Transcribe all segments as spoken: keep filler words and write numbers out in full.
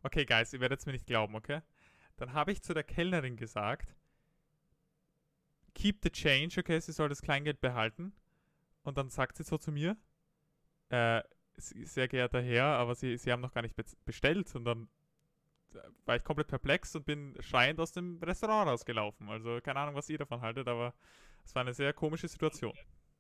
Okay, Guys, ihr werdet es mir nicht glauben, okay? Dann habe ich zu der Kellnerin gesagt, keep the change, okay, sie soll das Kleingeld behalten. Und dann sagt sie so zu mir, äh, sehr geehrter Herr, aber Sie, Sie haben noch gar nicht bestellt. Und dann war ich komplett perplex und bin schreiend aus dem Restaurant rausgelaufen. Also keine Ahnung, was ihr davon haltet, aber es war eine sehr komische Situation.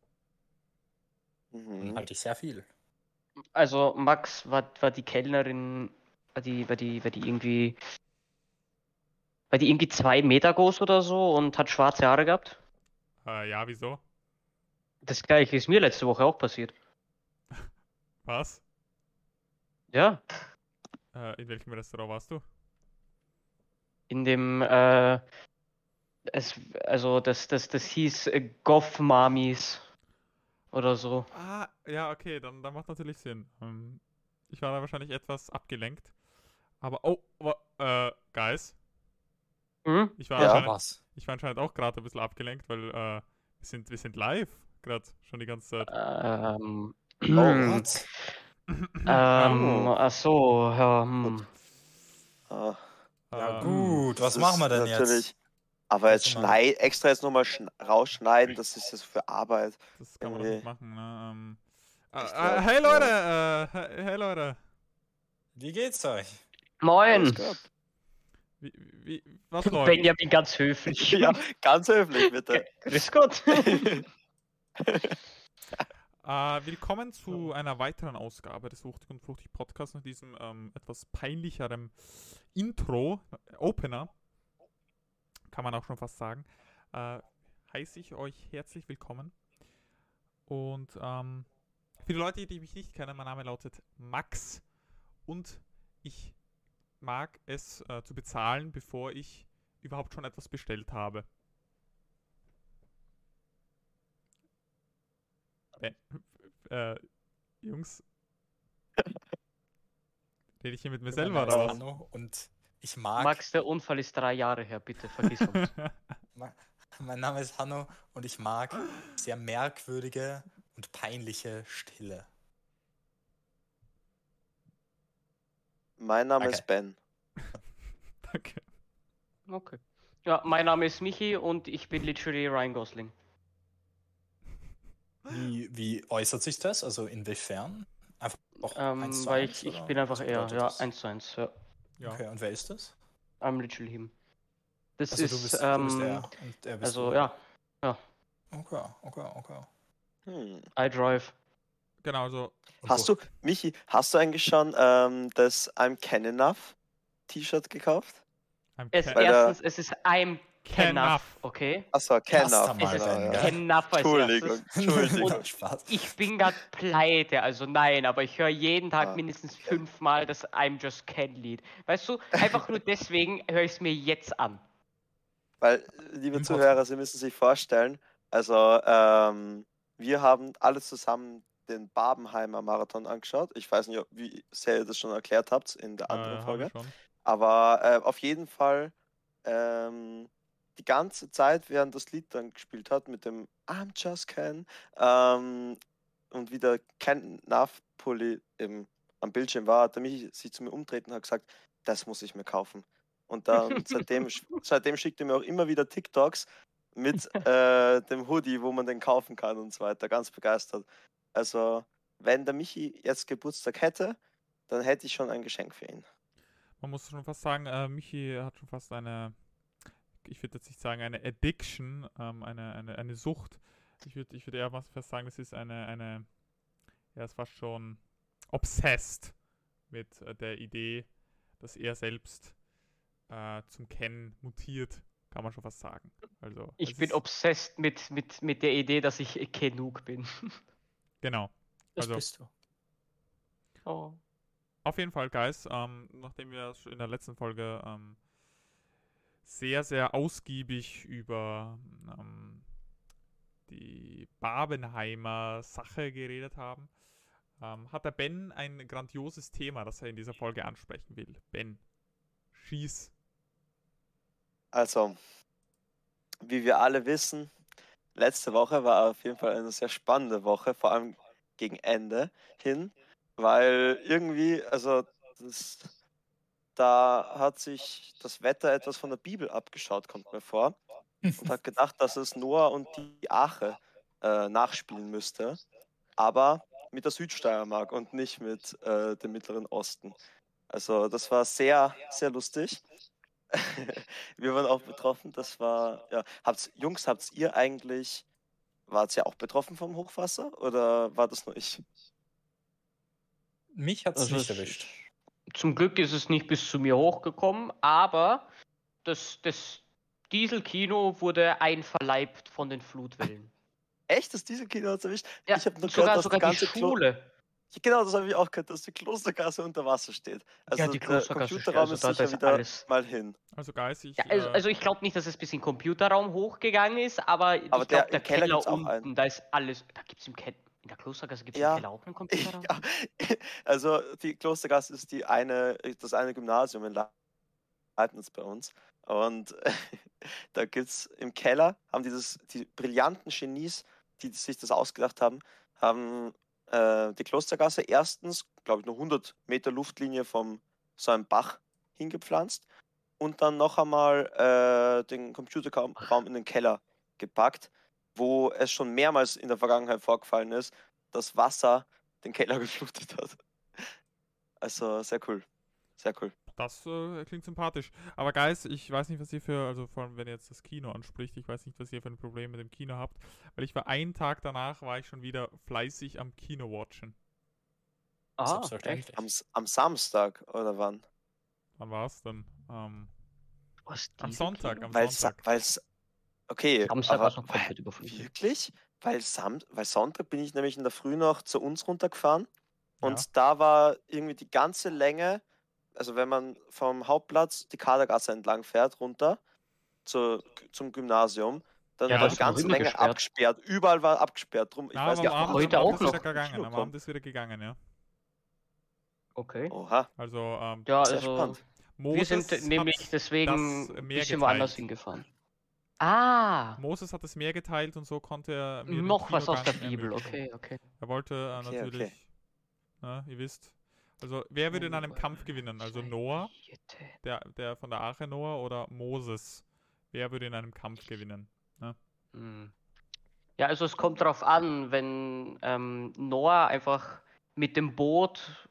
Dann Mhm. halte ich sehr viel. Also Max, war, war die Kellnerin, war die, war die, war die irgendwie, war die irgendwie zwei Meter groß oder so und hat schwarze Haare gehabt? Äh, ja, wieso? Das gleiche ist mir letzte Woche auch passiert. Was? Ja, Äh, in welchem Restaurant warst du? in dem, äh, es, also das, das, das hieß äh, Goth Mamis oder so. Ah, ja, okay, dann, dann macht natürlich Sinn. Ähm, ich war da wahrscheinlich etwas abgelenkt. Aber, oh, wa- äh, Guys, Hm? ich war, Ja. anscheinend, Was? ich war anscheinend auch gerade ein bisschen abgelenkt, weil äh, wir, sind, wir sind live gerade schon die ganze Zeit. Ähm, Oh, What? ähm, Oh. ach so, ja, hm. Ah, Ja Äh, gut, was das machen wir ist denn natürlich. jetzt? Aber jetzt Also man- schneid, extra jetzt nochmal schn rausschneiden, das ist jetzt für Arbeit. Das kann man doch Irgendwie. nicht machen, ne? Ähm, äh, Ich äh, glaub, hey ja. Leute, äh, hey, hey Leute. Wie geht's euch? Moin! Alles gut. Wie, wie, was läuft? Benjamin ganz höflich. Ja, ganz höflich, bitte. Grüß Gott. Äh, willkommen zu einer weiteren Ausgabe des Fruchtig und Fruchtig Podcasts nach diesem ähm, etwas peinlicheren Intro, äh, Opener, kann man auch schon fast sagen, äh, heiße ich euch herzlich willkommen. Und ähm, für die Leute, die mich nicht kennen, mein Name lautet Max und ich mag es äh, zu bezahlen, bevor ich überhaupt schon etwas bestellt habe. Ben, äh, Jungs, rede ich hier mit mir Mein selber Name ist oder was? Hanno und ich mag. Max, der Unfall ist drei Jahre her, bitte vergiss uns. Me- Mein Name ist Hanno und ich mag sehr merkwürdige und peinliche Stille. Mein Name Okay. ist Ben. Danke. Okay. Ja, mein Name ist Michi und ich bin literally Ryan Gosling. Wie, wie äußert sich das? Also inwiefern? Einfach auch Ähm, eins zu weil eins, ich, ich oder bin einfach was eher, bedeutet ja, das? eins zu eins, ja. Ja. Okay, und wer ist das? I'm literally him. Das Also ist, du bist, ähm, du bist er und er bist also du. ja, Okay, okay, okay. Hm. I drive. Genau, so. Und Hast wo- du, Michi, hast du eigentlich schon ähm, das I'm Can Enough T-Shirt gekauft? I'm Es, ca- Weil da- erstens, es ist I'm Can Enough, enough. okay? Achso, Can Erst Enough. einmal Es ist Ben, ja. gell? Enough als Entschuldigung, erstes. Entschuldigung. Ja, Spaß. Ich bin gerade pleite, also nein, aber ich höre jeden Tag Ah, mindestens okay. fünfmal das I'm Just Ken Lied. Weißt du, einfach nur deswegen höre ich es mir jetzt an. Weil, liebe Im Zuhörer, Podcast. Sie müssen sich vorstellen, also ähm, wir haben alle zusammen den Barbenheimer Marathon angeschaut. Ich weiß nicht, ob, wie sehr ihr das schon erklärt habt in der Äh, anderen habe Folge. ich schon. Aber äh, auf jeden Fall ähm, die ganze Zeit, während das Lied dann gespielt hat mit dem I'm Just Ken ähm, und wie der Ken Enough Pulli im, am Bildschirm war, hat er mich sich zu mir umdreht und hat gesagt, das muss ich mir kaufen. Und dann seitdem, seitdem schickt er mir auch immer wieder TikToks mit äh, dem Hoodie, wo man den kaufen kann und so weiter. Ganz begeistert. Also, wenn der Michi jetzt Geburtstag hätte, dann hätte ich schon ein Geschenk für ihn. Man muss schon fast sagen, äh, Michi hat schon fast eine, ich würde jetzt nicht sagen eine Addiction, ähm, eine, eine, eine Sucht. Ich würde ich würd eher was fast sagen, das ist eine, eine, er ist fast schon obsessed mit äh, der Idee, dass er selbst äh, zum Ken mutiert, kann man schon fast sagen. Also, Ich es bin ist- obsessed mit, mit, mit der Idee, dass ich genug bin. Genau. Das Also- bist du. Oh. Auf jeden Fall, Guys, ähm, nachdem wir in der letzten Folge ähm, sehr, sehr ausgiebig über ähm, die Barbenheimer Sache geredet haben, ähm, hat der Ben ein grandioses Thema, das er in dieser Folge ansprechen will. Ben, schieß. Also, wie wir alle wissen, letzte Woche war auf jeden Fall eine sehr spannende Woche, vor allem gegen Ende hin, weil irgendwie, also das da hat sich das Wetter etwas von der Bibel abgeschaut, kommt mir vor, und hat gedacht, dass es Noah und die Arche äh, nachspielen müsste, aber mit der Südsteiermark und nicht mit äh, dem Mittleren Osten. Also das war sehr, sehr lustig. Wir waren auch betroffen. Das war, ja. Habt's, Jungs, habt ihr eigentlich, wart ihr auch betroffen vom Hochwasser oder war das nur ich? Mich hat's Also nicht es erwischt. ist, zum Glück ist es nicht bis zu mir hochgekommen, aber das, das Dieselkino wurde einverleibt von den Flutwellen. Echt, das Dieselkino hat's erwischt? Ja, Ich habe nur sogar, gehört, dass sogar die die ganze Klo Schule. Genau, das habe ich auch gehört, dass die Klostergasse unter Wasser steht. Also Ja, die der Klostergasse steht, Computerraum also ist da, da sicher ist wieder alles. mal hin. Also Guys, ich, Ja, also, äh, also ich glaube nicht, dass es bis in den Computerraum hochgegangen ist, aber, Aber ich der- glaube, der im Keller Keller gibt's auch einen. unten, da ist alles. Da gibt es im Keller. In der Klostergasse gibt es im Ja. Keller auch einen Computerraum? Ja, also die Klostergasse ist die eine, das eine Gymnasium in Leibniz bei uns. Und da gibt es im Keller, haben dieses, die brillanten Genies, die sich das ausgedacht haben, haben äh, die Klostergasse erstens, glaube ich, nur hundert Meter Luftlinie vom so einem Bach hingepflanzt und dann noch einmal äh, den Computerraum Raum in den Keller gepackt, wo es schon mehrmals in der Vergangenheit vorgefallen ist, dass Wasser den Keller geflutet hat. Also sehr cool. Sehr cool. das äh, klingt sympathisch. Aber Guys, ich weiß nicht, was ihr für, also vor allem wenn ihr jetzt das Kino anspricht, ich weiß nicht, was ihr für ein Problem mit dem Kino habt, weil ich war einen Tag danach, war ich schon wieder fleißig am Kino watchen. Ah, Selbstverständlich. echt? Am, S- am Samstag oder wann? Wann war es denn? Ähm, Was, am Dieselkino? Sonntag, am Weil Sa Sonntag. weil's. Okay, Samstag war es aber noch komplett überflutet. wirklich? Weil, Sam weil Sonntag bin ich nämlich in der Früh noch zu uns runtergefahren und Ja. da war irgendwie die ganze Länge, also wenn man vom Hauptplatz die Kadergasse entlang fährt, runter zu, zum Gymnasium, dann Ja, war das die ist noch ganze immer Länge gesperrt. abgesperrt. Überall war abgesperrt. Drum, ich Na, weiß aber nicht, am Ja, Abend, heute am Abend auch ist noch. wieder gegangen. Kino Am kommt. Abend ist wieder gegangen, ja. Okay. Oha, Also, ähm, Ja, sehr also spannend. wir Moses sind nämlich hat deswegen das ein Meer bisschen woanders geteilt. hingefahren. Ah, Moses hat das Meer geteilt und so konnte er mir den noch was aus der Kinogang Bibel. ermöglichen. Okay, okay. Er wollte äh, Okay, natürlich, okay. ne, ihr wisst, also wer würde in einem Kampf gewinnen? Also Noah, der, der von der Arche Noah oder Moses? Wer würde in einem Kampf gewinnen? Hm. Ja, also es kommt darauf an, wenn ähm, Noah einfach mit dem Boot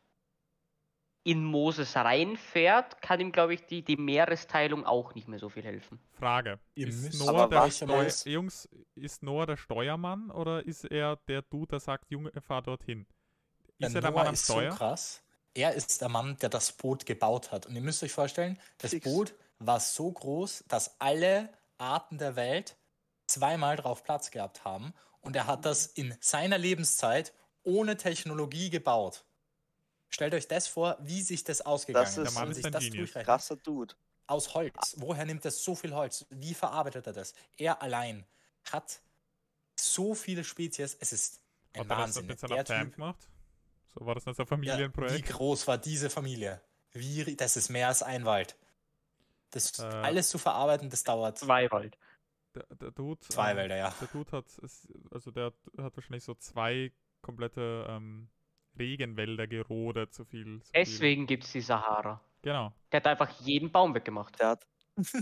in Moses reinfährt, kann ihm, glaube ich, die, die Meeresteilung auch nicht mehr so viel helfen. Frage. Ihr Ist müsst Noah, aber der was Steu ist- Jungs, ist Noah der Steuermann oder ist er der Dude, der sagt, Junge, fahr dorthin? Der Ist er der Noah Mann am ist so Steuer? krass. Er ist der Mann, der das Boot gebaut hat. Und ihr müsst euch vorstellen, das Fix. Boot war so groß, dass alle Arten der Welt zweimal drauf Platz gehabt haben. Und er hat das in seiner Lebenszeit ohne Technologie gebaut. Stellt euch das vor, wie sich das ausgegangen Das ist. Der ist Mann Wenn ist sich ein das Genius. durchrechnet. Krasser Dude. Aus Holz. Woher nimmt er so viel Holz? Wie verarbeitet er das? Er allein hat so viele Spezies. Es ist ein Hat er das Wahnsinn. mit seiner Der Fam Typ, gemacht? So war das nicht ein ja, wie Familienprojekt? groß war diese Familie? Wie, ri- das ist mehr als ein Wald. Das Äh, alles zu verarbeiten, das dauert Zweiwald. Der, der Dude, zwei ähm, Wälder, ja. der Dude hat, es, also der hat wahrscheinlich so zwei komplette ähm, Regenwälder gerodet, so viel. So viel. Deswegen gibt es die Sahara. Genau. Der hat einfach jeden Baum weggemacht. Der hat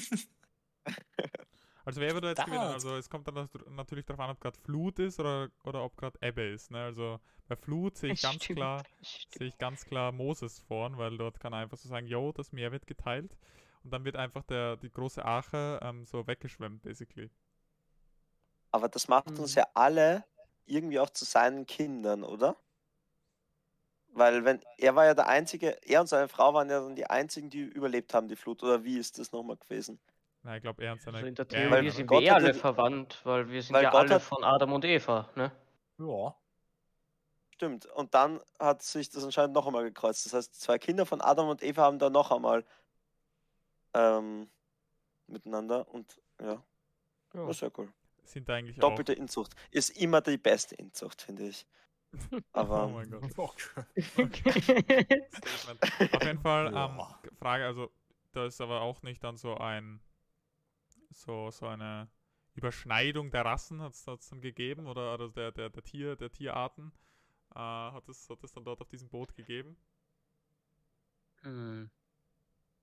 Also wer würde jetzt Da gewinnen? hat- Also es kommt dann nat- natürlich darauf an, ob gerade Flut ist oder, oder ob gerade Ebbe ist. Ne? Also bei Flut sehe ich ganz Stimmt, klar, stimmt. sehe ich ganz klar Moses vorn, weil dort kann er einfach so sagen, yo, das Meer wird geteilt und dann wird einfach der, die große Arche ähm, so weggeschwemmt, basically. Aber das macht uns Mhm. ja alle irgendwie auch zu seinen Kindern, oder? Weil wenn er war ja der Einzige, er und seine Frau waren ja dann die einzigen, die überlebt haben, die Flut. Oder wie ist das nochmal gewesen? Na, ich glaube, er und seine Also in der Gang, Theorie Weil sind Gott wir eh hat ja alle die- verwandt, weil wir sind weil ja Gott alle hat- von Adam und Eva, ne? Ja. Stimmt. Und dann hat sich das anscheinend noch einmal gekreuzt. Das heißt, die zwei Kinder von Adam und Eva haben da noch einmal ähm, miteinander und ja, Ja. das ist ja cool. sind da eigentlich Doppelte Inzucht. Ist immer die beste Inzucht, finde ich. auch. Aber Oh mein Gott. Okay. Statement. Auf jeden Fall, ähm, Ja. G- Frage, also da ist aber auch nicht dann so ein, so, so eine Überschneidung der Rassen hat es dann gegeben oder, oder der, der, der, Tier, der Tierarten äh, hat es hat es dann dort auf diesem Boot gegeben. Hm.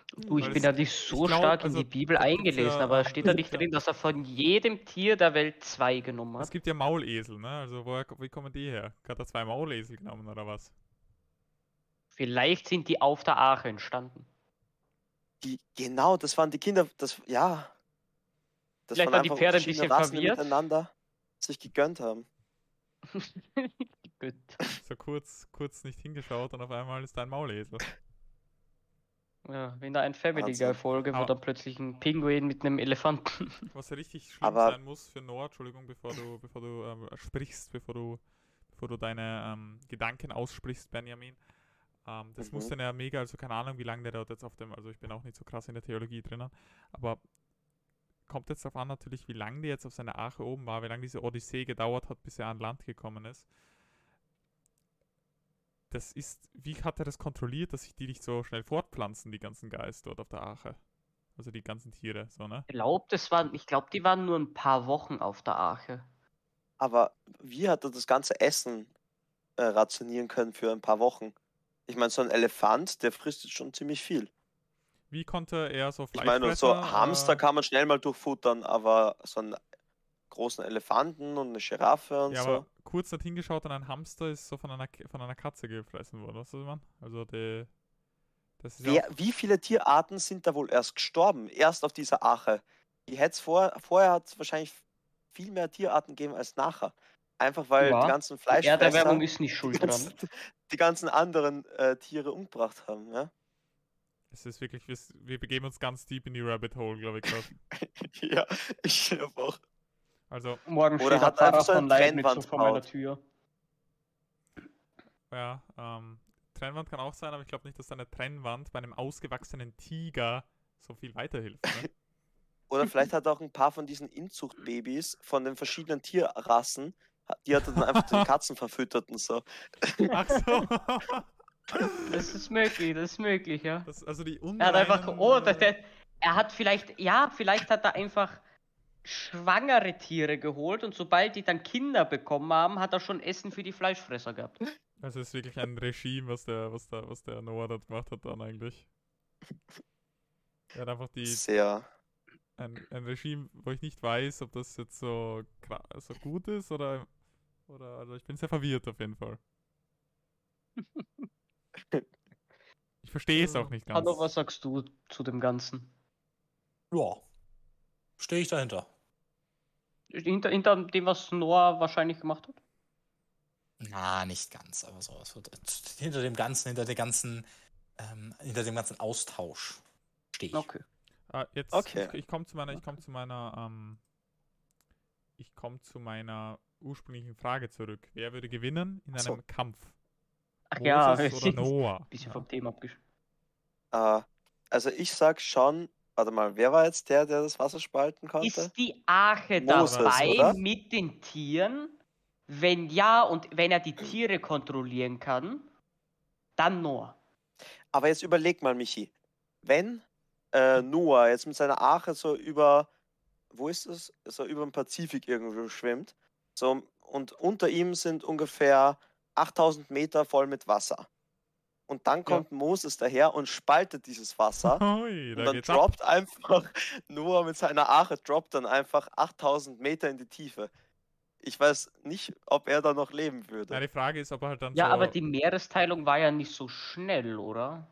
Du, ich Weil bin es- ja nicht ich so glaub, stark in also, die Bibel da gibt's eingelesen, ja, aber ähm, steht da es nicht gibt ja- drin, dass er von jedem Tier der Welt zwei genommen Es hat? gibt ja Maulesel, ne? Also woher, wie kommen die her? Hat er zwei Maulesel genommen oder was? Vielleicht sind die auf der Arche entstanden. Die, genau, das waren die Kinder, das, ja. Das Vielleicht waren waren die einfach Pferde ein verschiedene bisschen Rassen, die verwirrt. miteinander sich gegönnt haben. Gut. So kurz, kurz nicht hingeschaut und auf einmal ist da ein Maulesel. Ja, wie in einer Family Wahnsinn. Guy-Folge, wo Aber- dann plötzlich ein Pinguin mit einem Elefanten. Was ja richtig schlimm Aber- sein muss für Noah, Entschuldigung, bevor du, bevor du ähm, sprichst, bevor du, bevor du deine ähm, Gedanken aussprichst, Benjamin. Ähm, das muss Mhm. dann ja mega, also keine Ahnung, wie lange der dort jetzt auf dem, also ich bin auch nicht so krass in der Theologie drinnen, aber kommt jetzt darauf an natürlich, wie lange der jetzt auf seiner Arche oben war, wie lange diese Odyssee gedauert hat, bis er an Land gekommen ist. Das ist, wie hat er das kontrolliert, dass sich die nicht so schnell fortpflanzen, die ganzen Guys dort auf der Arche? Also die ganzen Tiere, so, ne? Ich glaube, das waren, ich glaube, die waren nur ein paar Wochen auf der Arche. Aber wie hat er das ganze Essen äh, rationieren können für ein paar Wochen? Ich meine, so ein Elefant, der frisst jetzt schon ziemlich viel. Wie konnte er so Ich meine, so Fleischfresser, Hamster äh, kann man schnell mal durchfuttern, aber so einen großen Elefanten und eine Giraffe und ja, so. aber kurz dort hingeschaut und ein Hamster ist so von einer, K- von einer Katze gefressen worden, weißt du, was ich meine? Also die, das ist ja Wer, wie viele Tierarten sind da wohl erst gestorben? Erst auf dieser Arche. Die hätt's vor, vorher hat es wahrscheinlich viel mehr Tierarten gegeben als nachher. Einfach weil Ja, die ganzen Die Erderwärmung Fleischfresser ist nicht die schuld dran. ganzen, die ganzen anderen äh, Tiere umgebracht haben. Ja? es ist wirklich, wir, wir begeben uns ganz deep in die Rabbit Hole, glaube ich gerade. Ja, ich glaube auch. Also, Morgen Oder steht der hat einfach Pfarrer so eine von Leibniz so Trennwand vor meiner gebaut. Tür. ja, ähm, Trennwand kann auch sein, aber ich glaube nicht, dass eine Trennwand bei einem ausgewachsenen Tiger so viel weiterhilft. Ne? Oder vielleicht hat auch ein paar von diesen Inzuchtbabys von den verschiedenen Tierrassen, ha- die hat er dann einfach den Katzen verfüttert und so. Ach so. Das ist möglich, das ist möglich, ja. Das, also die Er hat einfach, unreinen, oh, äh, der, der, er hat vielleicht, ja, vielleicht hat er einfach schwangere Tiere geholt und sobald die dann Kinder bekommen haben, hat er schon Essen für die Fleischfresser gehabt. Also es ist wirklich ein Regime, was der, was der, was der Noah dort gemacht hat dann eigentlich. Er hat einfach die, Sehr. ein, ein Regime, wo ich nicht weiß, ob das jetzt so, gra- so gut ist oder, oder, also ich bin sehr verwirrt auf jeden Fall. Ich verstehe es auch nicht ganz. Hanno, was sagst du zu dem Ganzen? Ja. Stehe ich dahinter. Hinter, hinter dem, was Noah wahrscheinlich gemacht hat? Na, nicht ganz, aber so. so hinter dem Ganzen, hinter der ganzen, ähm, hinter dem ganzen Austausch stehe ich. Okay. Ah, jetzt, Okay. ich, ich komme zu meiner, ich komme zu meiner, ähm, ich komme zu meiner ursprünglichen Frage zurück. Wer würde gewinnen in Ach so. einem Kampf? Ach ja, Moses oder Noah? bisschen vom Thema abgeschlossen. Äh, also ich sag schon, warte mal, wer war jetzt der, der das Wasser spalten konnte? Ist die Arche Moses, dabei oder? mit den Tieren? Wenn ja, und wenn er die Tiere kontrollieren kann, dann Noah. Aber jetzt überleg mal, Michi. Wenn äh, Noah jetzt mit seiner Arche so über, wo ist es? So über den Pazifik irgendwo schwimmt, so, und unter ihm sind ungefähr achttausend Meter voll mit Wasser. Und dann kommt Moses daher und spaltet dieses Wasser. Hui, Und da dann geht's ab. droppt einfach, Noah mit seiner Arche droppt dann einfach achttausend Meter in die Tiefe. Ich weiß nicht, ob er da noch leben würde. Ja, die Frage ist, ob er halt dann Ja, so, aber die Meeresteilung war ja nicht so schnell, oder?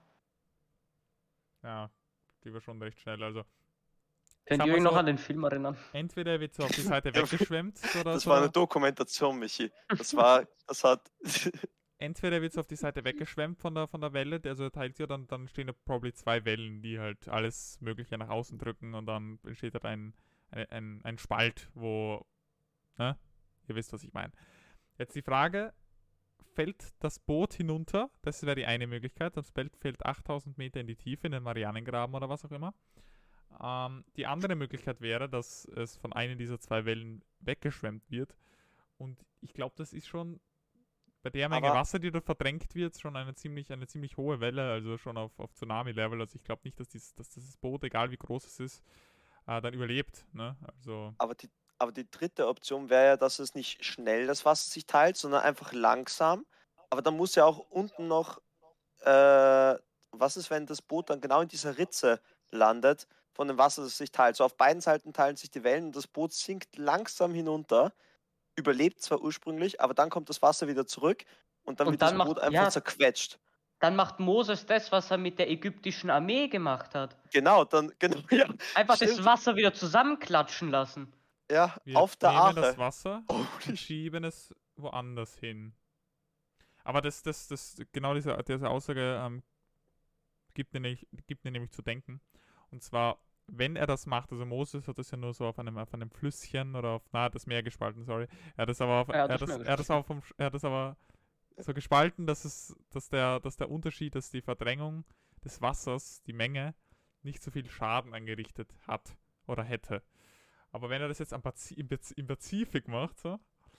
ja, die war schon recht schnell. Also Könnt Sag ihr mal euch noch so, an den Film erinnern? entweder er wird so auf die Seite weggeschwemmt oder Das so. war eine Dokumentation, Michi. Das war, das hat, Entweder wird es auf die Seite weggeschwemmt von der, von der Welle, also er teilt ja, dann, dann stehen da probably zwei Wellen, die halt alles Mögliche nach außen drücken und dann entsteht halt ein, ein, ein, ein Spalt, wo, ne? Ihr wisst, was ich meine. Jetzt die Frage, fällt das Boot hinunter? Das wäre die eine Möglichkeit. Das Boot fällt achttausend Meter in die Tiefe, in den Marianengraben oder was auch immer. Ähm, die andere Möglichkeit wäre, dass es von einer dieser zwei Wellen weggeschwemmt wird. Und ich glaube, das ist schon bei der Menge Aber- Wasser, die dort verdrängt wird, schon eine ziemlich, eine ziemlich hohe Welle, also schon auf, auf Tsunami-Level. Also ich glaube nicht, dass, dies, dass dieses Boot, egal wie groß es ist, äh, dann überlebt. Ne? Also aber die, aber die dritte Option wäre ja, dass es nicht schnell das Wasser sich teilt, sondern einfach langsam. Aber dann muss ja auch unten noch äh, Was ist, wenn das Boot dann genau in dieser Ritze landet, von dem Wasser, das sich teilt? So auf beiden Seiten teilen sich die Wellen und das Boot sinkt langsam hinunter, überlebt zwar ursprünglich, aber dann kommt das Wasser wieder zurück und dann Und wird dann das Boot macht- einfach ja. zerquetscht. Dann macht Moses das, was er mit der ägyptischen Armee gemacht hat. Genau, dann, genau, ja, Einfach das stimmt. Wasser wieder zusammenklatschen lassen. Ja, Wir auf der nehmen das Arche. Wasser Oh, und schieben es woanders hin. Aber das, das, das, genau diese, diese Aussage ähm, gibt, mir nämlich, gibt mir nämlich zu denken. Und zwar, wenn er das macht, also Moses hat das ja nur so auf einem, auf einem Flüsschen oder auf, na, das Meer gespalten, sorry. Er hat das aber, auf, Er er hat hat das das, Meer er hat das aber, vom, er hat das aber so gespalten, dass es, dass der, dass der Unterschied, dass die Verdrängung des Wassers, die Menge, nicht so viel Schaden angerichtet hat oder hätte. Aber wenn er das jetzt am Pazi im, Paz- im Pazifik macht, so,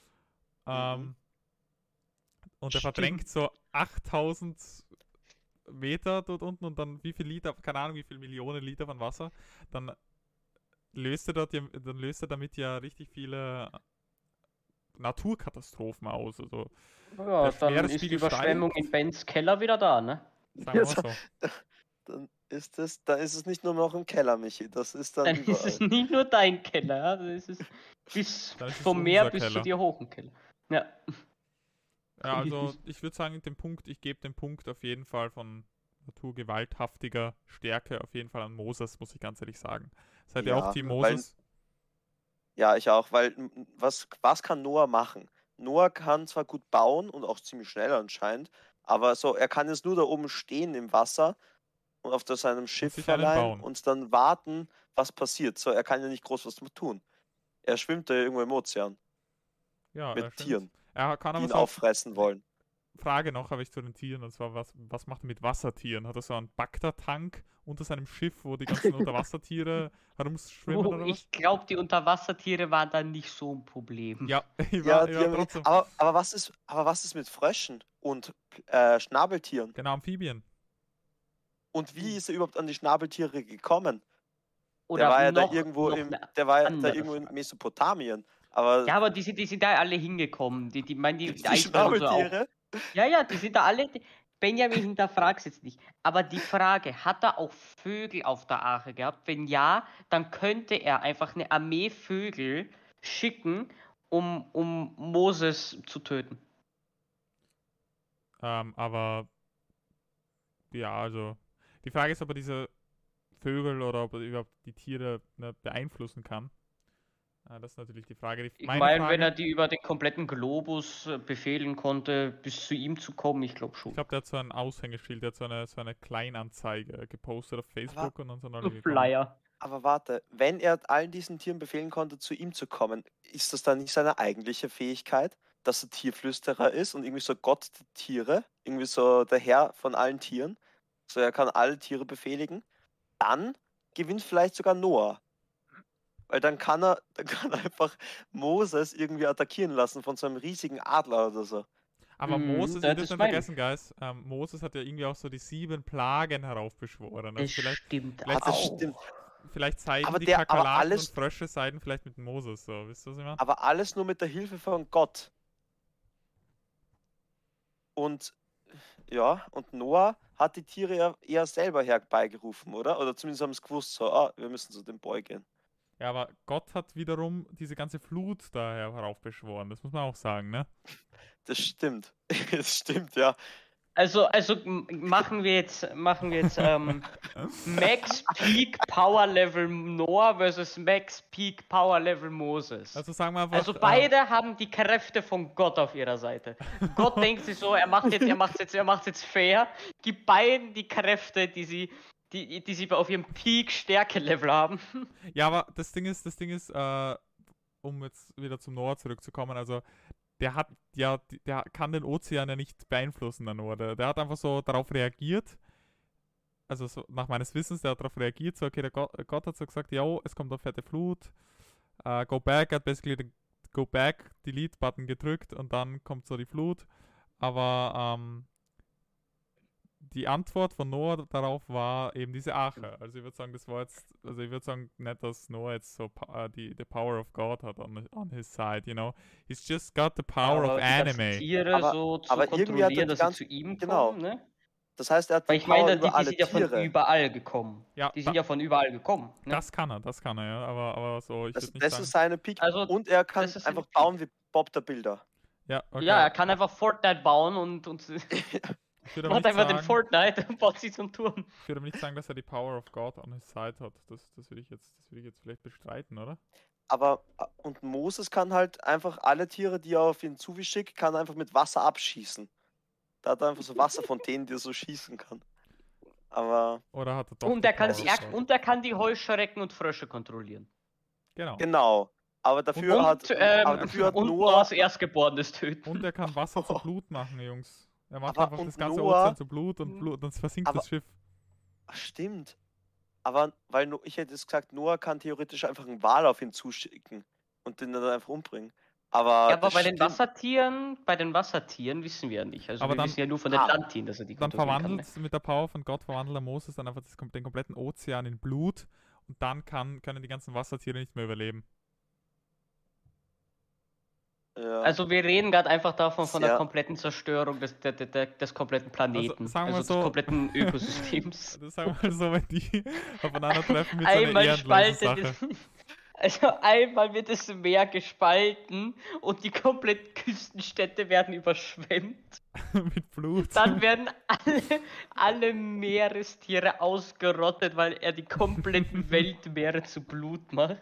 ähm, und er Stimmt. verdrängt so achttausend Meter dort unten und dann wie viel Liter, keine Ahnung, wie viel Millionen Liter von Wasser, dann löst er, dort, ja- dann löst er damit ja richtig viele Naturkatastrophen aus. Also, Ja, Der dann ist Meeresspiegel die Überschwemmung steigt. in Bens Keller wieder da, ne? sagen wir mal Ja, so. Dann ist es, dann ist es nicht nur noch im Keller, Michi. Das ist dann Dann ist überall. es nicht nur dein Keller, ja? Dann ist es bis Dann ist es vom Meer unser bis zu Keller. dir hoch im Keller. Ja. Ja, also ich würde sagen, den Punkt, ich gebe den Punkt auf jeden Fall von naturgewalthaftiger Stärke auf jeden Fall an Moses, muss ich ganz ehrlich sagen. Seid ihr auch Ja, Team weil- Moses? Ja, ich auch, weil m, was, was kann Noah machen? Noah kann zwar gut bauen und auch ziemlich schnell anscheinend, aber so, er kann jetzt nur da oben stehen im Wasser und auf der, seinem Schiff sich einen verleihen bauen. und dann warten, was passiert. So, er kann ja nicht groß was tun. Er schwimmt da irgendwo im Ozean Ja, mit er stimmt. Tieren, Er kann die aber ihn so eine auffressen wollen. Frage noch, habe ich zu den Tieren, und zwar, was, was macht er mit Wassertieren? Hat er so einen Bagdad-Tank unter seinem Schiff, wo die ganzen Unterwassertiere herumschwimmen Oh, oder was? ich glaube, die Unterwassertiere waren dann nicht so ein Problem. Ja, ich Ja, war, die ja, haben, trotzdem. aber, aber, was ist, aber was ist mit Fröschen und äh, Schnabeltieren? Genau, Amphibien. Und wie ist er überhaupt an die Schnabeltiere gekommen? Oder der war ja noch, da irgendwo noch im, eine der war ja da andere irgendwo in Frage. Mesopotamien. Aber Ja, aber die sind, die sind da alle hingekommen. Die, die, mein, die, die, die Eisbären und so auch. Schnabeltiere, Ja, ja, die sind da alle. Benjamin hinterfragt jetzt nicht. Aber die Frage, hat er auch Vögel auf der Arche gehabt? Wenn ja, dann könnte er einfach eine Armee Vögel schicken, um, um Moses zu töten. Ähm, aber ja, also die Frage ist, ob er diese Vögel oder ob er überhaupt die Tiere ne, beeinflussen kann. Äh, das ist natürlich die Frage. Die, Ich meine meine, Frage, wenn er die über den kompletten Globus äh, befehlen konnte, bis zu ihm zu kommen, ich glaube schon. ich glaube, der hat so ein Aushängeschild, der hat so eine, so eine Kleinanzeige gepostet auf Facebook und dann sind alle Ein gekommen. Flyer. aber warte, wenn er allen diesen Tieren befehlen konnte, zu ihm zu kommen, ist das dann nicht seine eigentliche Fähigkeit, dass er Tierflüsterer ist und irgendwie so Gott der Tiere, irgendwie so der Herr von allen Tieren, so er kann alle Tiere befehligen, dann gewinnt vielleicht sogar Noah. Weil dann kann er, dann kann er einfach Moses irgendwie attackieren lassen von so einem riesigen Adler oder so. Aber Mhm, Moses, das ihr dürft ist nicht mein- vergessen, Guys, ähm, Moses hat ja irgendwie auch so die sieben Plagen heraufbeschworen. Also Das vielleicht, stimmt vielleicht Das auch. stimmt. vielleicht seiden Aber die der- aber Kakerlaken alles- und Frösche seiden vielleicht mit Moses, so, wisst ihr, was ich meine? Aber alles nur mit der Hilfe von Gott. Und ja, und Noah hat die Tiere ja eher selber herbeigerufen, oder? Oder zumindest haben sie gewusst, so, ah, wir müssen zu dem Boy gehen. Ja, aber Gott hat wiederum diese ganze Flut daher heraufbeschworen, das muss man auch sagen, ne? Das stimmt. Das stimmt, ja. Also, also m- machen wir jetzt, machen wir jetzt ähm, Max Peak Power Level Noah versus Max Peak Power Level Moses. Also sagen wir einfach. Also äh, beide haben die Kräfte von Gott auf ihrer Seite. Gott denkt sich so, er macht jetzt, er macht jetzt, er macht jetzt fair, gibt beiden die Kräfte, die sie, die, die sie auf ihrem Peak Stärke Level haben. Ja, aber das Ding ist, das Ding ist, äh, um jetzt wieder zum Noah zurückzukommen, also der hat ja, der kann den Ozean ja nicht beeinflussen, der Noah. Der, der hat einfach so darauf reagiert, also so nach meines Wissens, der hat darauf reagiert, so okay, der Gott, Gott hat so gesagt, jo, es kommt eine fette Flut, äh, go back, er hat basically den Go back, Delete-Button gedrückt und dann kommt so die Flut, aber ähm, die Antwort von Noah darauf war eben diese Arche. Also ich würde sagen, das war jetzt, also ich würde sagen, nicht, dass Noah jetzt so pa- äh, die the power of God hat on, on his side, you know. He's just got the power Aber of die ganzen anime. Tiere Aber- so zu aber irgendwie hat er kontrollieren, die dass ganz- sie zu ihm genau. kommen, ne? Das heißt, er hat Weil die ich meine, Power die, über die alle sind ja von Tiere. überall gekommen. Ja, Die da, sind ja von überall gekommen. Ne? das kann er, das kann er, ja. Aber, aber so, ich Das, würde nicht das sagen. ist seine Peak. Also, Und er kann das ist seine einfach Peak. bauen wie Bob der Bilder. Ja, okay. Ja, er kann einfach Fortnite bauen und, und Ich würde aber macht nicht einfach den sagen, Fortnite und baut sich zum Turm. ich würde aber nicht sagen, dass er die Power of God on his side hat. Das, das würde ich jetzt, das würde ich jetzt vielleicht bestreiten, oder? Aber, äh, und Moses kann halt einfach alle Tiere, die er auf ihn zuschickt, kann er einfach mit Wasser abschießen. Da hat er einfach so Wasserfontänen, die er so schießen kann. Aber, Oder hat er doch Und die er, kann Power die, of er, God? und er kann die Heuschrecken und Frösche kontrollieren. Genau. genau. Aber dafür Und, hat, ähm, aber dafür hat und Noah, Noahs Erstgeborenes töten. Und er kann Wasser zu Blut machen, Jungs. Er macht Aber einfach und das ganze Noah- Ozean zu Blut und Mhm. Blut, dann versinkt Aber- das Schiff. Ach, stimmt. Aber, weil No- ich hätte jetzt gesagt, Noah kann theoretisch einfach einen Wal auf ihn zuschicken und den dann einfach umbringen. Aber, Ja, aber das bei den stimmt. Wassertieren, bei den Wassertieren wissen wir ja nicht. Also Aber wir dann- wissen ja nur von den Ah. Landtieren, dass er die Dann kontrollieren kann. verwandelt mit der Power von Gott verwandelt er Moses dann einfach das, kom- den kompletten Ozean in Blut und dann kann, können die ganzen Wassertiere nicht mehr überleben. Ja. Also wir reden gerade einfach davon von der Sehr- kompletten Zerstörung des, der, der, der, des kompletten Planeten. sagen wir Also, so- des kompletten Ökosystems. Das sagen wir mal so, wenn die aufeinandertreffen, wird so eine Einmal ehrenlose spaltet Sache. es, also einmal wird das Meer gespalten und die kompletten Küstenstädte werden überschwemmt. Mit Blut. Dann werden alle, alle Meerestiere ausgerottet, weil er die kompletten Weltmeere zu Blut macht.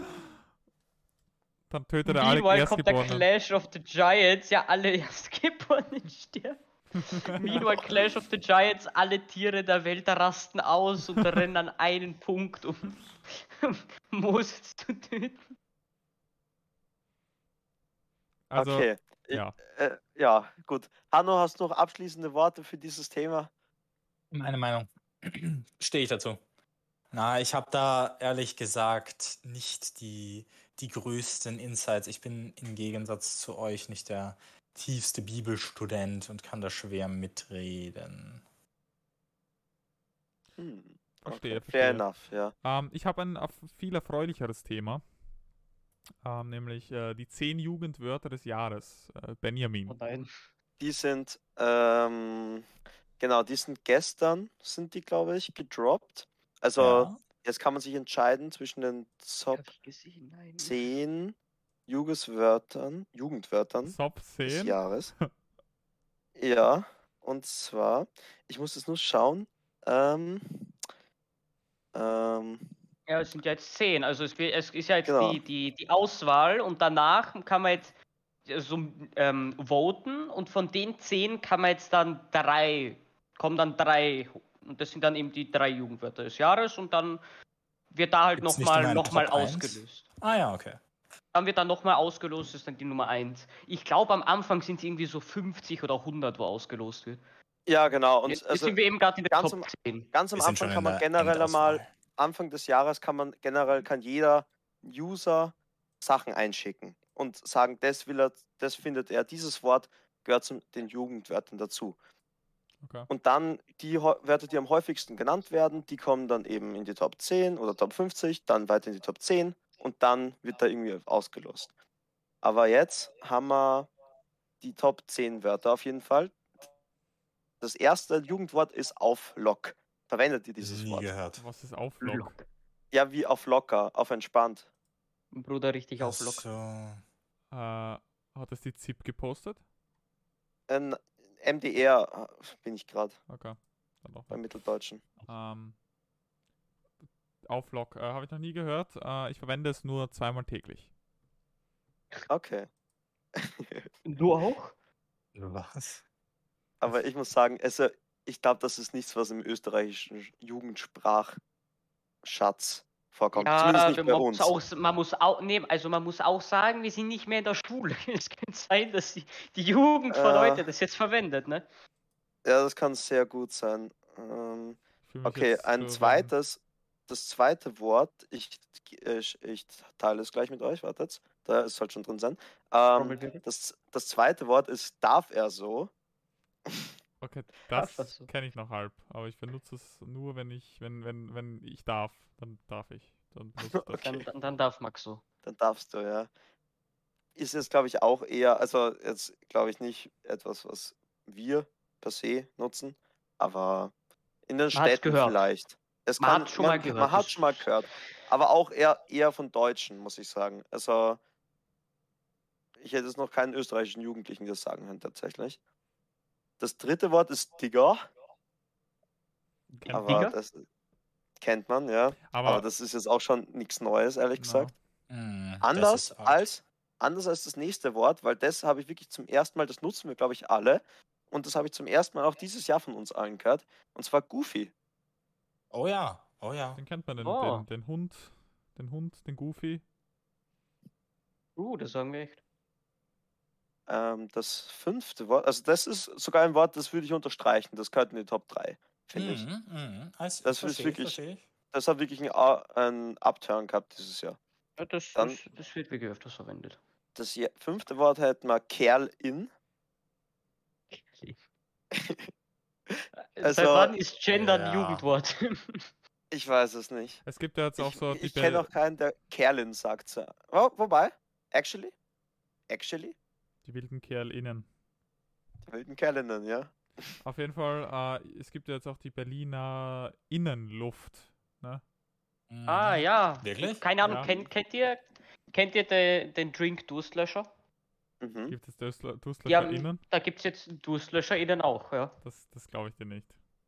Dann tötet er alle Meanwhile kommt der Erstgeborenen. Clash of the Giants, ja alle Erstgeborenen sterben. Meanwhile Clash of the Giants, alle Tiere der Welt rasten aus und rennen an einen Punkt, um Moses zu töten. Also, okay. Ich- ja. Äh, ja, gut. Hanno, hast du noch abschließende Worte für dieses Thema? Meine Meinung. Stehe ich dazu. Na, ich habe da ehrlich gesagt nicht die, die größten Insights. Ich bin im Gegensatz zu euch nicht der tiefste Bibelstudent und kann da schwer mitreden. Hm. Verstehe, okay. Fair verstehe. enough, ja. Ähm, ich habe ein auf- viel erfreulicheres Thema. Ähm, nämlich äh, die zehn Jugendwörter des Jahres. Äh, Benjamin. Oh nein. Die sind, ähm, genau, die sind gestern, sind die, glaube ich, gedroppt. Also, Ja. jetzt kann man sich entscheiden zwischen den Top Hab ich gesehen? Nein. zehn Jugendwörtern, Jugendwörtern Top des zehn. Jahres. Ja, und zwar, ich muss es nur schauen. Ähm, ähm, Ja, es sind ja jetzt zehn. Also es, wird- es ist ja jetzt Genau. die, die, die Auswahl und danach kann man jetzt so ähm, voten und von den zehn kann man jetzt dann drei, kommen dann drei und das sind dann eben die drei Jugendwörter des Jahres und dann wird da halt Gibt's nicht nochmal immer einen noch mal Top eins? ausgelöst. Ah ja, okay. Dann wird dann nochmal ausgelost, ist dann die Nummer eins. Ich glaube am Anfang sind es irgendwie so fünfzig oder hundert, wo ausgelost wird. ja, genau. Und Jetzt, jetzt also sind wir eben gerade in der ganz Top am- zehn. ganz am Wir sind Anfang schon kann in man der generell einmal, Endauswahl. Anfang des Jahres kann man generell, kann jeder User Sachen einschicken und sagen, das will er, das findet er, dieses Wort gehört zu den Jugendwörtern dazu. Okay. Und dann die Ho- Wörter, die am häufigsten genannt werden, die kommen dann eben in die Top zehn oder Top fünfzig, dann weiter in die Top zehn und dann wird da irgendwie ausgelost. Aber jetzt haben wir die Top zehn Wörter auf jeden Fall. Das erste Jugendwort ist auf Lock. Verwendet ihr dieses Nie Wort? gehört. Was ist Auflock? Ja, wie auf locker, auf entspannt. Bruder richtig Ach auflocken. so. Äh, hat es die ZIP gepostet? Ein M D R bin ich gerade Okay. Dann doch beim nicht. Mitteldeutschen. Ähm, Auflock äh, habe ich noch nie gehört. Äh, ich verwende es nur zweimal täglich. Okay. Du auch? Was? Aber ich muss sagen, also ich glaube, das ist nichts, was im österreichischen Jugendsprachschatz vorkommt. Zumindest Ja, nicht man bei muss uns. auch, man muss auch, nee, also man muss auch sagen, wir sind nicht mehr in der Schule. Es kann sein, dass die, die Jugend von Äh. heute das jetzt verwendet, ne? Ja, das kann sehr gut sein. Ähm, Ich fühl mich okay, jetzt ein so von- zweites, das zweite Wort, ich, ich, ich teile es gleich mit euch, wartet, da ist halt schon drin sein. Ähm, Trommelwirbel. das, das zweite Wort ist, darf er so? Okay, Darf das das so? kenne ich noch halb, aber ich benutze es nur, wenn ich, wenn, wenn, wenn ich darf, dann darf ich. Dann benutze ich das. Okay. Dann, dann, dann darf Max so. Dann darfst du, ja. Ist jetzt, glaube ich, auch eher, also jetzt glaube ich nicht etwas, was wir per se nutzen, Aber in den Man hat's Städten gehört. vielleicht. Es Man kann, hat's schon man, mal gehört, Man hat das- schon mal gehört. Aber auch eher, eher von Deutschen, muss ich sagen. Also, ich hätte es noch keinen österreichischen Jugendlichen das sagen können, tatsächlich. Das dritte Wort ist Digger. Kennt Aber Digger? das kennt man, ja. Aber, Aber das ist jetzt auch schon nichts Neues, ehrlich na, gesagt. Mm, das Anders ist alt. als, anders als das nächste Wort, weil das habe ich wirklich zum ersten Mal, das nutzen wir, glaube ich, alle. Und das habe ich zum ersten Mal auch dieses Jahr von uns allen gehört. Und zwar Goofy. Oh ja, oh ja. den kennt man, den, Oh. den, den Hund, den Hund, den Goofy. Uh, das sagen wir echt. Ähm, das fünfte Wort, also das ist sogar ein Wort, das würde ich unterstreichen. Das gehört in die Top drei, finde ich. Mhm, mhm. Also, Das ist verstehe ich, wirklich- verstehe ich. Das hat wirklich einen, A- einen Upturn gehabt dieses Jahr. Ja, das, Dann- das, das wird wirklich öfters verwendet. Das je- fünfte Wort hätten wir Kerl in. Also, Seit wann ist Gender ein ja. Jugendwort? Ich weiß es nicht. Es gibt ja jetzt auch Ich, so die ich kenne Be- auch keinen, der Kerlin sagt. So. Wo, wobei, actually, actually, die wilden KerlInnen. die wilden Kerlinnen, ja. Auf jeden Fall, äh, es gibt ja jetzt auch die Berliner Innenluft. Ne? Mhm. Ah ja. Wirklich? Keine Ahnung, Ja. kennt, kennt ihr, kennt ihr den, den Drink Durstlöscher? Mhm. Gibt es Durstle- Ja, DurstlöcherInnen? da gibt es jetzt DurstlöcherInnen auch, ja. Das, das glaube ich dir nicht.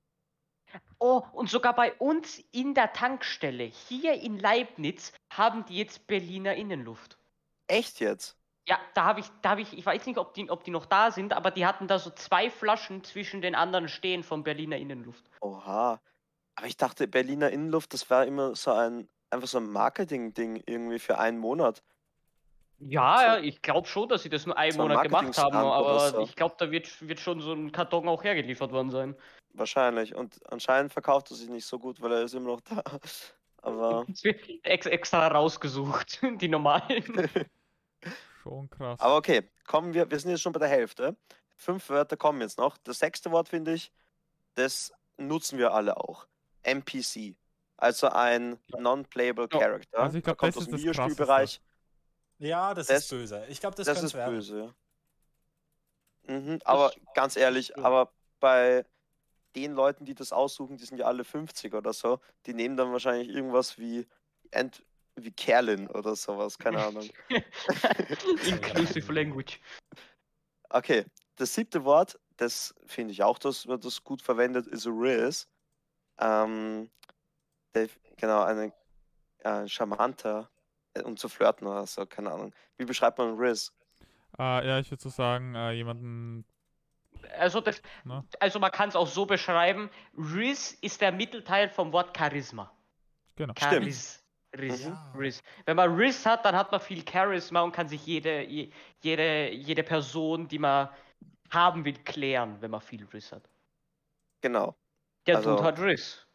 Oh, und sogar bei uns in der Tankstelle, hier in Leibniz, haben die jetzt Berliner Innenluft. Echt jetzt? Ja, da habe ich, da habe ich, ich weiß nicht, ob die, ob die noch da sind, aber die hatten da so zwei Flaschen zwischen den anderen stehen von Berliner Innenluft. Oha. Aber ich dachte, Berliner Innenluft, das war immer so ein, einfach so ein Marketing-Ding irgendwie für einen Monat. Ja, So- ja, ich glaube schon, dass sie das nur einen so ein Monat gemacht haben, Marketing-Stunt oder aber so. ich glaube, da wird, wird schon so ein Karton auch hergeliefert worden sein. Wahrscheinlich. Und anscheinend verkauft er sich nicht so gut, weil er ist immer noch da. Aber Es wird ex extra rausgesucht, die normalen. Schon krass. Aber okay, kommen wir, wir sind jetzt schon bei der Hälfte. Fünf Wörter kommen jetzt noch. Das sechste Wort, finde ich, das nutzen wir alle auch. N P C. Also ein Non-Playable Ja. Character. Also ich glaub, Der kommt das aus ist dem das Videospielbereich. Ja, das, Das- ist böse. Ich glaube, das, Das, könnte ist werden. böse. Mhm, aber ganz ehrlich, ja. aber bei den Leuten, die das aussuchen, die sind ja alle fünfzig oder so, die nehmen dann wahrscheinlich irgendwas wie, Ent wie Kerlin oder sowas, keine Ahnung. Inclusive Language. Okay, das siebte Wort, das finde ich auch, dass man das gut verwendet, ist Riz. Ähm, der, genau, ein äh, charmanter, äh, um zu flirten oder so, keine Ahnung. Wie beschreibt man Riz? Äh, ja, ich würde so sagen, äh, jemanden. Also, das, Ne? also man kann es auch so beschreiben, Riz ist der Mittelteil vom Wort Charisma. Genau. Charis. Riz, Mhm. Riz. Wenn man Riz hat, dann hat man viel Charisma und kann sich jede, je- jede, jede Person, die man haben will, klären, wenn man viel Riz hat. Genau, Der Also- Dude hat Riz.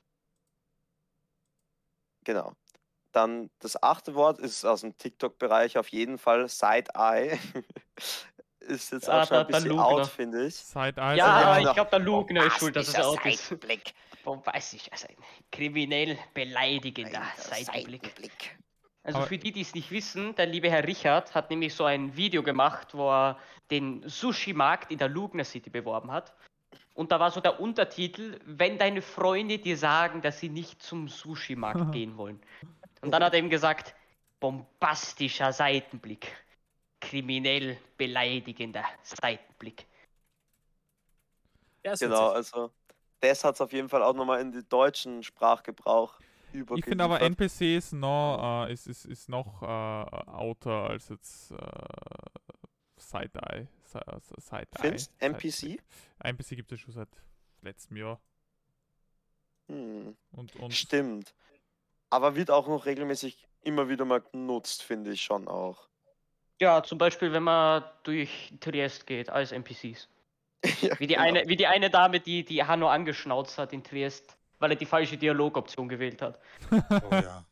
genau. Dann das achte Wort ist aus dem TikTok-Bereich auf jeden Fall Side-Eye. Ist jetzt Ah, auch schon da- ein der bisschen Lugner. out, finde ich. Side-Eye. Ja, ja, aber genau. ich glaube, der Lugner ist schuld, dass es Bombastischer out ist. Seitenblick. Bombastisch, also ein kriminell beleidigender Ein Seitenblick. Seitenblick. Also Aber- für die, die es nicht wissen, der liebe Herr Richard hat nämlich so ein Video gemacht, wo er den Sushi-Markt in der Lugner City beworben hat. Und da war so der Untertitel, wenn deine Freunde dir sagen, dass sie nicht zum Sushi-Markt gehen wollen. Und dann hat er eben gesagt, bombastischer Seitenblick. Kriminell beleidigender Seitenblick. Ja, ist Genau, witzig. also das hat es auf jeden Fall auch nochmal in den deutschen Sprachgebrauch übergeliefert. Ich finde aber N P Cs noch, äh, ist, ist, ist noch äh, outer als jetzt äh, Side-Eye. Si- Side-Eye. Findest N P Seitenblick. C? N P C gibt es schon seit letztem Jahr. Hm, Und, und stimmt. Aber wird auch noch regelmäßig immer wieder mal genutzt, finde ich schon auch. Ja, zum Beispiel, wenn man durch Triest geht, als N P Cs. Ja, Wie die, genau. eine, wie die eine Dame, die, die Hanno angeschnauzt hat in Triest, weil er die falsche Dialogoption gewählt hat. Oh ja.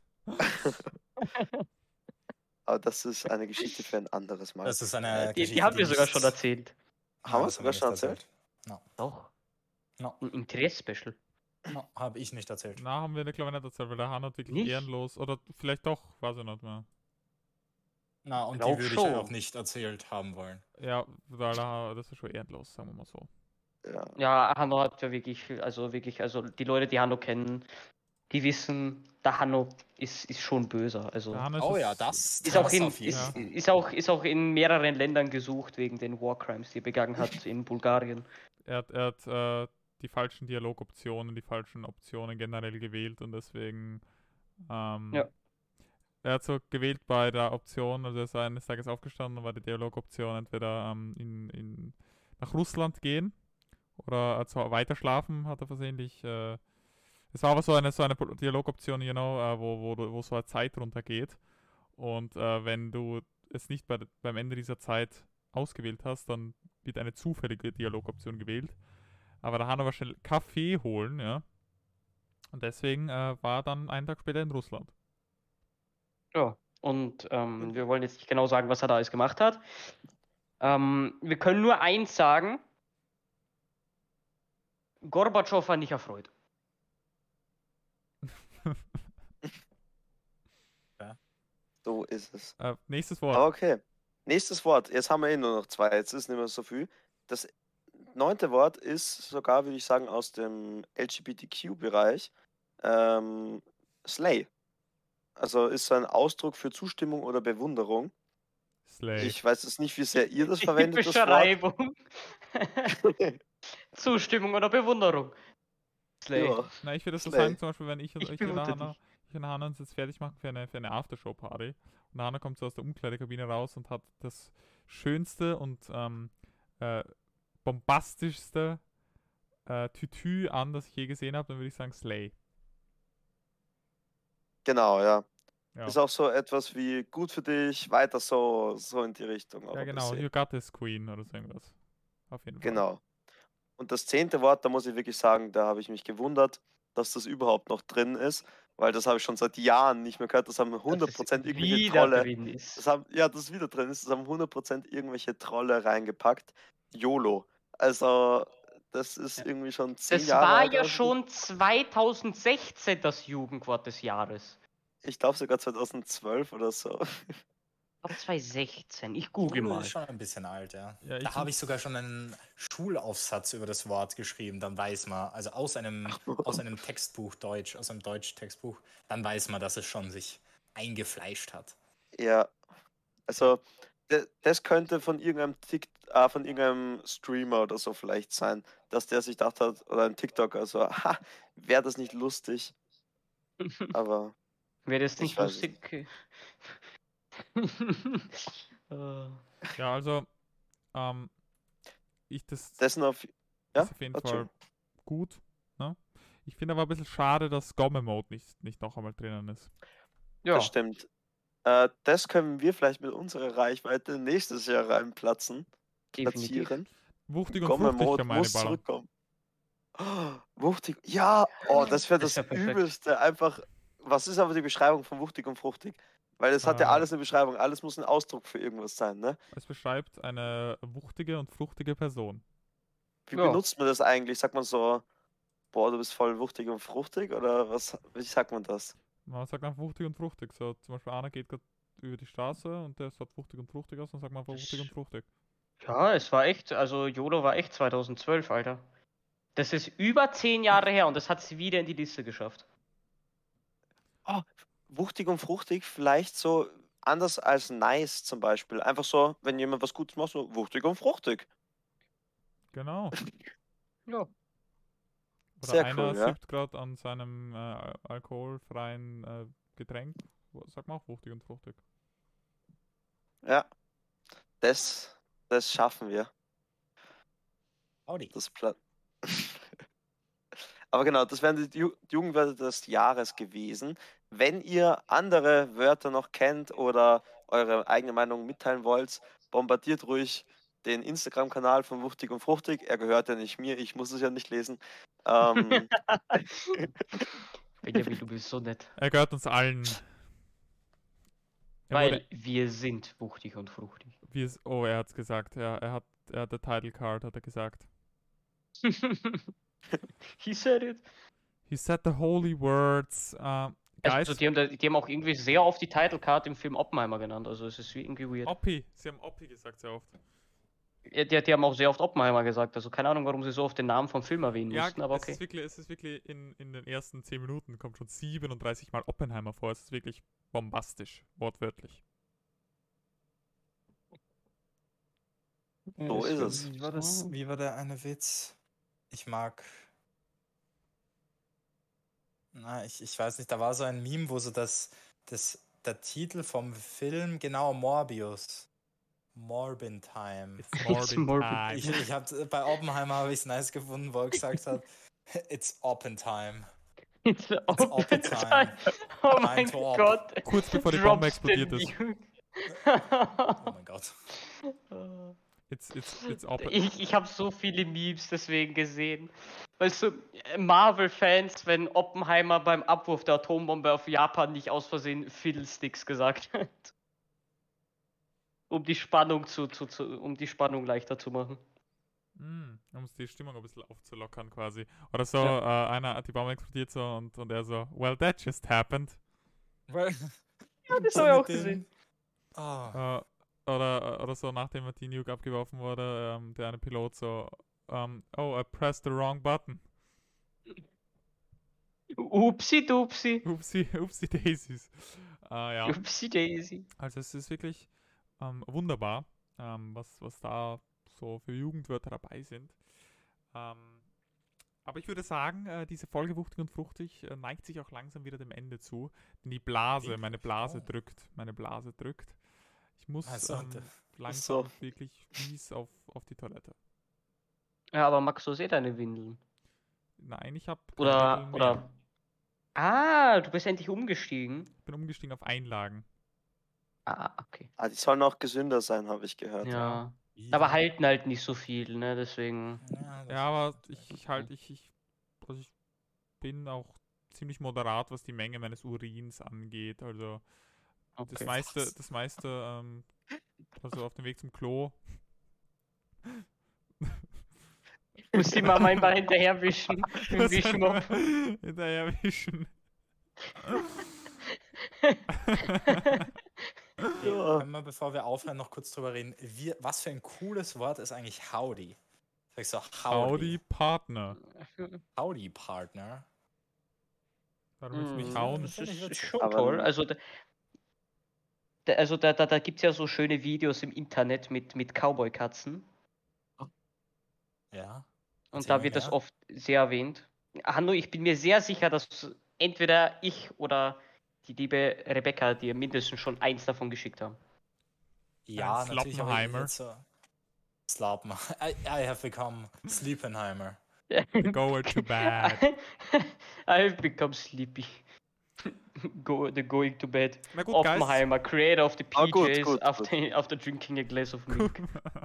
Aber das ist eine Geschichte für ein anderes Mal. Das ist eine Die, Geschichte, die haben wir sogar nicht- schon erzählt. Haben Ja, wir das sogar schon nicht erzählt? Doch. No, Ein im Triest-Special. no, habe ich nicht erzählt. na, haben wir glaube ich nicht erzählt, weil der Han hat wirklich Nicht? ehrenlos. Oder vielleicht doch, weiß ich nicht mehr. Na, und Glaub die würde schon. ich auch nicht erzählt haben wollen. Ja, weil er, das ist schon ehrenlos, sagen wir mal so. Ja. Ja, Hanno hat ja wirklich, also wirklich, also die Leute, die Hanno kennen, die wissen, der Hanno ist, ist schon böser. Also Der Hannes Oh ist, ja, das, ist auch das in auf jeden ist, Fall. ist auch ist auch in mehreren Ländern gesucht wegen den War Crimes, die er begangen hat in Bulgarien. Er hat, er hat äh, die falschen Dialogoptionen, die falschen Optionen generell gewählt und deswegen ähm, Ja. er hat so gewählt bei der Option, also er ist eines Tages aufgestanden und war die Dialogoption entweder ähm, in, in, nach Russland gehen oder also weiter schlafen, hat er versehentlich. Äh, es war aber so eine, so eine Pol- Dialogoption, you know, äh, wo, wo, du- wo so eine Zeit runtergeht. Und äh, wenn du es nicht bei, beim Ende dieser Zeit ausgewählt hast, dann wird eine zufällige Dialogoption gewählt. Aber da haben wir schnell Kaffee holen, ja. Und deswegen äh, war er dann einen Tag später in Russland. Ja. Und ähm, wir wollen jetzt nicht genau sagen, was er da alles gemacht hat. Ähm, wir können nur eins sagen. Gorbatschow war nicht erfreut. So ist es. Äh, nächstes Wort. Aber okay. Nächstes Wort. Jetzt haben wir eh nur noch zwei. Jetzt ist nicht mehr so viel. Das neunte Wort ist sogar, würde ich sagen, aus dem L G B T Q-Bereich. Ähm, Slay. Also ist so ein Ausdruck für Zustimmung oder Bewunderung. Slay. Ich weiß jetzt nicht, wie sehr ihr das verwendet, das Beschreibung. Wort. Zustimmung oder Bewunderung. Slay. Ja. Na, ich würde das so Slay. sagen, zum Beispiel, wenn ich, Ich ich, und bewundere Hanna, dich. ich und Hanna uns jetzt fertig machen für eine, für eine Aftershow-Party. Und Hanna kommt so aus der Umkleidekabine raus und hat das schönste und ähm, äh, bombastischste äh, Tütü an, das ich je gesehen habe, dann würde ich sagen Slay. Genau, ja. Ja, Ist auch so etwas wie gut für dich, weiter so, so in die Richtung. Auch ja ein genau. bisschen. You got this, Queen oder so irgendwas. Auf jeden Fall. Genau. Und das zehnte Wort, da muss ich wirklich sagen, da habe ich mich gewundert, dass das überhaupt noch drin ist, weil das habe ich schon seit Jahren nicht mehr gehört. Das haben hundert Prozent Dass es irgendwelche wieder Trolle. drin ist. Das haben, ja, das ist wieder drin ist. Das haben hundert Prozent irgendwelche Trolle reingepackt. YOLO. Also, das ist Ja. irgendwie schon zehn Das Jahre war alt. ja oder so. schon zweitausendsechzehn das Jugendwort des Jahres. Ich glaube sogar zweitausendzwölf oder so. Ab zweitausendsechzehn. Ich google Google mal. ist schon ein bisschen alt, ja. Ja, ich da habe find- ich sogar schon einen Schulaufsatz über das Wort geschrieben, dann weiß man, also aus einem, aus einem Textbuch Deutsch, aus einem Deutsch-Textbuch, dann weiß man, dass es schon sich eingefleischt hat. Ja. Also, de- das könnte von irgendeinem Tik äh, von irgendeinem Streamer oder so vielleicht sein, dass der sich gedacht hat, oder ein TikToker, also, ha, wäre das nicht lustig? Aber Wäre das Ich nicht weiß es lustig? Äh, Ja, also, ähm, ich das, dessen auf. Ja, ist auf jeden erzähl. Fall gut. Ne? Ich finde aber ein bisschen schade, dass Gomme-Mode nicht, nicht noch einmal drinnen ist. ja, Das stimmt. Äh, das können wir vielleicht mit unserer Reichweite nächstes Jahr reinplatzen. definitiv. Platzieren. Wuchtig und Gomme fruchtig Mode für meine muss Baller. zurückkommen. Oh, wuchtig. Ja, oh, das wäre Das das wär perfekt. Übelste. Einfach. Was ist aber die Beschreibung von wuchtig und fruchtig? Weil es hat ja Ah. alles eine Beschreibung. Alles muss ein Ausdruck für irgendwas sein, ne? Es beschreibt eine wuchtige und fruchtige Person. Wie Ja. benutzt man das eigentlich? Sagt man so, boah, du bist voll wuchtig und fruchtig? Oder was? Wie sagt man das? Man sagt einfach wuchtig und fruchtig. So, zum Beispiel einer geht gerade über die Straße und der schaut wuchtig und fruchtig aus, dann sagt man einfach Das- wuchtig und fruchtig. Ja, es war echt, also YOLO war echt zweitausendzwölf, Alter. Das ist über zehn Jahre her und das hat sie wieder in die Liste geschafft. Oh, wuchtig und fruchtig, vielleicht so anders als nice zum Beispiel. Einfach so, wenn jemand was Gutes macht, so wuchtig und fruchtig. Genau. Ja. Oder Sehr einer cool, ja. sippt gerade an seinem äh, alkoholfreien äh, Getränk. Wo- Sagt man auch wuchtig und fruchtig. Ja, das, das schaffen wir. Audi. Das Pla Aber genau, das wären die Ju Jugendwörter des Jahres gewesen. Wenn ihr andere Wörter noch kennt oder eure eigene Meinung mitteilen wollt, bombardiert ruhig den Instagram-Kanal von Wuchtig und Fruchtig. Er gehört ja nicht mir, ich muss es ja nicht lesen. Ähm, Benjamin, du bist so nett. Er gehört uns allen. Er Weil wurde, wir sind wuchtig und fruchtig. wie es, oh, er hat's gesagt. Ja, er hat, er hat der Title Card, hat er gesagt. He said it. He said the holy words. Uh, guys, Also, die haben, da, die haben auch irgendwie sehr oft die Title Card im Film Oppenheimer genannt. Also es ist irgendwie weird. Oppi. Sie haben Oppi gesagt sehr oft. Ja, die, die haben auch sehr oft Oppenheimer gesagt. Also keine Ahnung, warum sie so oft den Namen vom Film erwähnen Ja, mussten, aber es okay. ist wirklich, es ist wirklich in, in den ersten zehn Minuten kommt schon siebenunddreißig Mal Oppenheimer vor. Es ist wirklich bombastisch, wortwörtlich. So ist es. Wie war das? Wie war der eine Witz? Ich mag. Na, ich, ich weiß nicht, da war so ein Meme, wo so das, das der Titel vom Film, genau, Morbius. Morbin Time. It's Morbin Morbin. Time. Ich, ich hab, bei Oppenheimer habe ich es nice gefunden, wo er gesagt hat, it's Oppen Time. It's open open time. time. Oh Time mein to op. Gott. Kurz bevor die Bombe Drops the explodiert ist. nuke. Oh mein Gott. It's, it's, it's open. Ich, ich habe so viele Memes deswegen gesehen. Weißt du, Marvel-Fans, wenn Oppenheimer beim Abwurf der Atombombe auf Japan nicht aus Versehen Fiddlesticks gesagt hat. Um die Spannung zu, zu, zu um die Spannung leichter zu machen. Mm, um die Stimmung ein bisschen aufzulockern quasi. Oder so, äh, einer, die Bombe explodiert so und, und er so, well, that just happened. Well, Ja, das so habe ich mit auch dem- gesehen. Ah. Äh, oder, oder so, nachdem die Nuke abgeworfen wurde, ähm, der eine Pilot so, ähm, oh, I pressed the wrong button. Upsi dupsi. Upsi, upsi daisies. Äh, ja, Upsi daisy. also es ist wirklich ähm, wunderbar, ähm, was, was da so für Jugendwörter dabei sind. Ähm, aber ich würde sagen, äh, diese Folge Wuchtig und Fruchtig äh, neigt sich auch langsam wieder dem Ende zu. Denn die Blase, meine Blase Oh. drückt, meine Blase drückt. Ich muss Also, ähm, d- langsam so. wirklich mies auf, auf die Toilette. Ja, aber magst du eh deine Windeln? Nein, ich habe Oder, oder. Ah, du bist endlich umgestiegen. Ich bin umgestiegen auf Einlagen. Ah, okay. Ah, die sollen auch gesünder sein, habe ich gehört. Ja. Wie Aber war- halten halt nicht so viel, ne? Deswegen. Ja, das Ja, aber ist ich, natürlich- ich halt, ich, ich, also ich bin auch ziemlich moderat, was die Menge meines Urins angeht. Also das Okay. meiste, Was? das meiste, ähm, also auf dem Weg zum Klo. Muss die Mama immer hinterher wischen. Mit dem Was Wischmopp. Hinterher wischen. Ey, können wir, bevor wir aufhören, noch kurz drüber reden, wie, was für ein cooles Wort ist eigentlich Howdy? Sag ich so, Howdy Howdy. Partner. Howdy, Partner. Warum willst du mich Mm, hauen? Das Finde ich ist, ist witzig. schon Aber- toll. Also, da, da, also da, da, da gibt es ja so schöne Videos im Internet mit, mit Cowboy-Katzen. Ja. Und Erzähl da mir wird das mehr. oft sehr erwähnt. Hanno, ich bin mir sehr sicher, dass entweder ich oder die liebe Rebecca dir mindestens schon eins davon geschickt haben. Ja, Ein natürlich, aber Sloppenheimer. jetzt so. Slappen. I, I have become Sleepenheimer. Go to bed. I've become sleepy. Go, the going to bed. Na gut, Guys. Oppenheimer, creator of the Ah, gut, P Js gut, after, after drinking a glass of milk.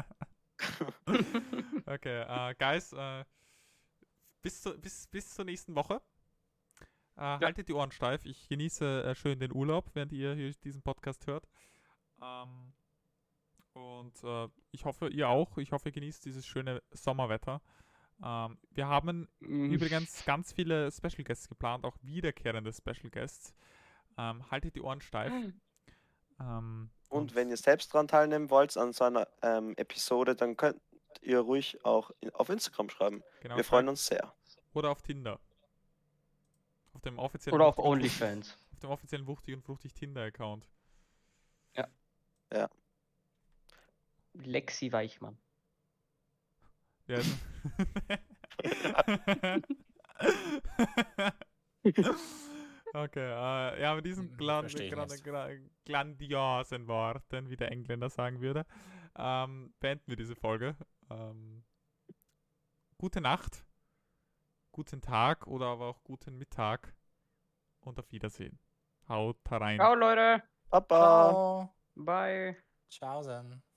Okay, äh, Guys, äh, bis, zu, bis, bis zur nächsten Woche. Äh, Haltet die Ohren steif. Ich genieße äh, schön den Urlaub, während ihr hier diesen Podcast hört. Ähm, und äh, ich hoffe, ihr auch. Ich hoffe, ihr genießt dieses schöne Sommerwetter. Ähm, wir haben Mm. übrigens ganz viele Special Guests geplant, auch wiederkehrende Special Guests. Ähm, haltet die Ohren steif. Ähm, Und wenn ihr selbst dran teilnehmen wollt an so einer ähm, Episode, dann könnt ihr ruhig auch in, auf Instagram schreiben. genau, Wir freuen uns sehr. Oder auf Tinder. Auf dem offiziellen Oder auf Wuchtig und Fruchtig- OnlyFans. Auf dem offiziellen Wuchtig und Fruchtig Tinder-Account. Lexi Weichmann. Ja. Okay, äh, ja, mit diesen Hm, glan versteh ich gran nicht. gran glandiosen Worten, wie der Engländer sagen würde, ähm, beenden wir diese Folge. Ähm, gute Nacht, guten Tag oder aber auch guten Mittag und auf Wiedersehen. Haut rein. Ciao, Leute. Papa! Ciao. Bye. Ciao, dann.